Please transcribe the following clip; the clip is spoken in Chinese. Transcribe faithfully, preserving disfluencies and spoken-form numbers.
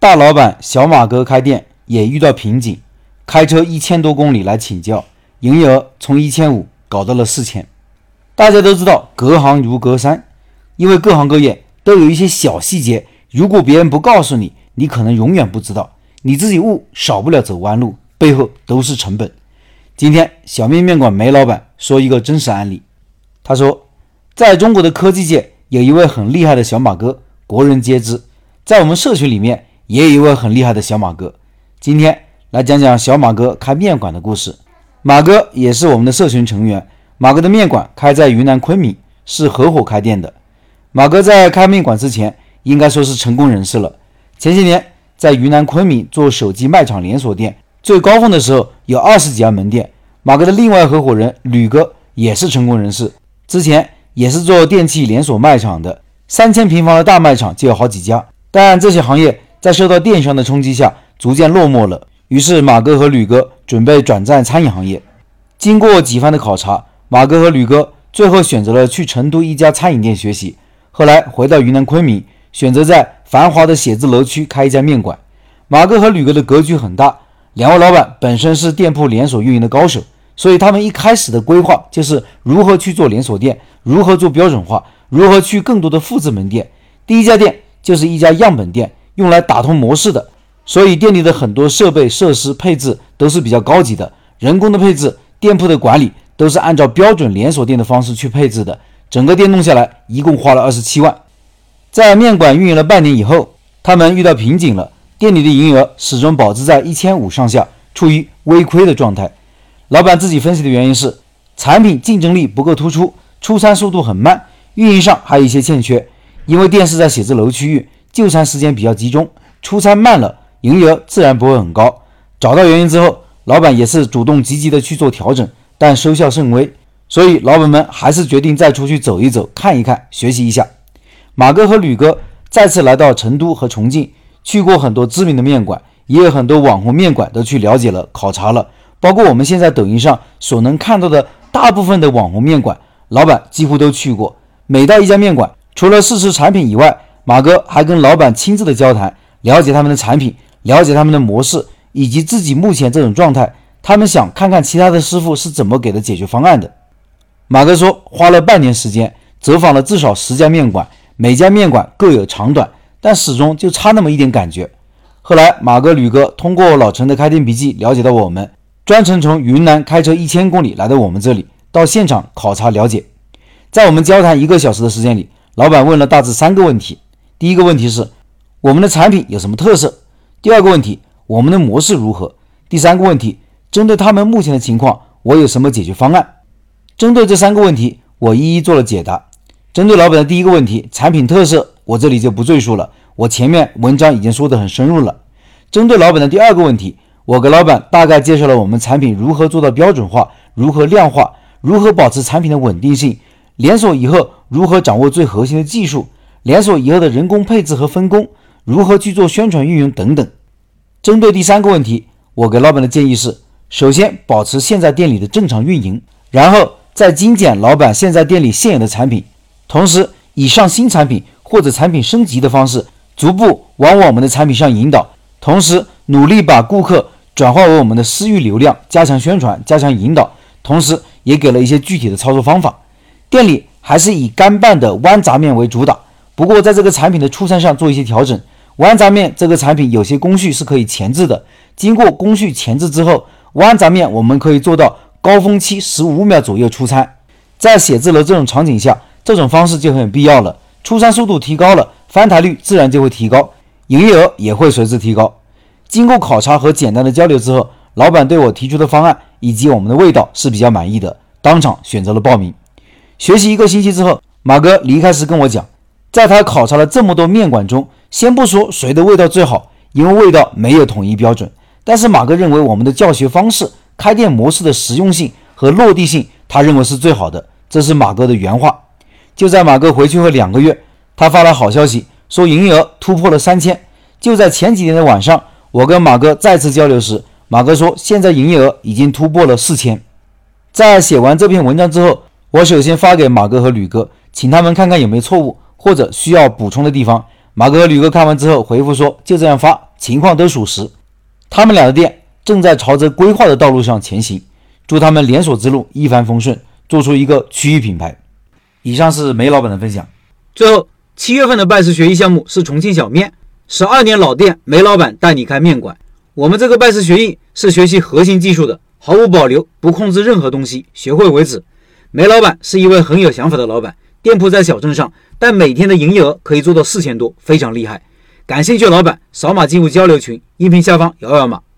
大老板小马哥开店也遇到瓶颈，开车一千多公里来请教，营业额从一千五搞到了四千。大家都知道隔行如隔山，因为各行各业都有一些小细节，如果别人不告诉你，你可能永远不知道，你自己悟少不了走弯路，背后都是成本。今天小面面馆梅老板说一个真实案例，他说在中国的科技界有一位很厉害的小马哥，国人皆知，在我们社群里面也有一位很厉害的小马哥。今天来讲讲小马哥开面馆的故事。马哥也是我们的社群成员，马哥的面馆开在云南昆明，是合伙开店的。马哥在开面馆之前应该说是成功人士了，前些年在云南昆明做手机卖场连锁店，最高峰的时候有二十几家门店。马哥的另外合伙人吕哥也是成功人士，之前也是做电器连锁卖场的，三千平方的大卖场就有好几家，但这些行业在受到电商的冲击下逐渐落寞了，于是马哥和吕哥准备转战餐饮行业。经过几番的考察，马哥和吕哥最后选择了去成都一家餐饮店学习，后来回到云南昆明，选择在繁华的写字楼区开一家面馆。马哥和吕哥的格局很大，两位老板本身是店铺连锁运营的高手，所以他们一开始的规划就是如何去做连锁店，如何做标准化，如何去更多的复制门店。第一家店就是一家样本店，用来打通模式的，所以店里的很多设备设施配置都是比较高级的，人工的配置，店铺的管理都是按照标准连锁店的方式去配置的。整个店弄下来一共花了二十七万。在面馆运营了半年以后，他们遇到瓶颈了，店里的营业额始终保持在一千五上下，处于微亏的状态。老板自己分析的原因是产品竞争力不够突出，出餐速度很慢，运营上还有一些欠缺。因为店是在写字楼区域，就餐时间比较集中，出餐慢了，营业额自然不会很高。找到原因之后，老板也是主动积极的去做调整，但收效甚微，所以老板们还是决定再出去走一走，看一看，学习一下。马哥和吕哥再次来到成都和重庆，去过很多知名的面馆，也有很多网红面馆都去了解了，考察了，包括我们现在抖音上所能看到的大部分的网红面馆，老板几乎都去过。每到一家面馆，除了试吃产品以外，马哥还跟老板亲自的交谈，了解他们的产品，了解他们的模式，以及自己目前这种状态，他们想看看其他的师傅是怎么给的解决方案的。马哥说花了半年时间，走访了至少十家面馆，每家面馆各有长短，但始终就差那么一点感觉。后来马哥吕哥通过老陈的开店笔记了解到我们，专程从云南开车一千公里来到我们这里，到现场考察了解。在我们交谈一个小时的时间里，老板问了大致三个问题。第一个问题是我们的产品有什么特色，第二个问题我们的模式如何，第三个问题针对他们目前的情况我有什么解决方案。针对这三个问题我一一做了解答。针对老板的第一个问题，产品特色，我这里就不赘述了，我前面文章已经说得很深入了。针对老板的第二个问题，我给老板大概介绍了我们产品如何做到标准化，如何量化，如何保持产品的稳定性，连锁以后如何掌握最核心的技术，连锁以后的人工配置和分工，如何去做宣传运营等等。针对第三个问题，我给老板的建议是，首先保持现在店里的正常运营，然后再精简老板现在店里现有的产品，同时以上新产品或者产品升级的方式逐步往我们的产品上引导，同时努力把顾客转化为我们的私域流量，加强宣传，加强引导，同时也给了一些具体的操作方法。店里还是以干拌的豌杂面为主打，不过在这个产品的出餐上做一些调整。豌杂面这个产品有些工序是可以前置的，经过工序前置之后，豌杂面我们可以做到高峰期十五秒左右出餐。在写字楼这种场景下，这种方式就很有必要了，出餐速度提高了，翻台率自然就会提高，营业额也会随之提高。经过考察和简单的交流之后，老板对我提出的方案以及我们的味道是比较满意的，当场选择了报名。学习一个星期之后，马哥离开时跟我讲，在他考察了这么多面馆中，先不说谁的味道最好，因为味道没有统一标准，但是马哥认为我们的教学方式、开店模式的实用性和落地性，他认为是最好的，这是马哥的原话。就在马哥回去后两个月，他发来好消息，说营业额突破了三千。就在前几天的晚上，我跟马哥再次交流时，马哥说现在营业额已经突破了四千。在写完这篇文章之后，我首先发给马哥和吕哥，请他们看看有没有错误或者需要补充的地方。马哥和吕哥看完之后回复说就这样发， 情况都属实，他们俩的店正在朝着规划的道路上前行，祝他们连锁之路一帆风顺，做出一个区域品牌。以上是梅老板的分享。最后，七月份的拜师学艺项目是重庆小面，十二年老店梅老板带你开面馆。我们这个拜师学艺是学习核心技术的，毫无保留，不控制任何东西，学会为止。梅老板是一位很有想法的老板，店铺在小镇上，但每天的营业额可以做到四千多，非常厉害。感兴趣的老板扫码进入交流群，音频下方摇摇码。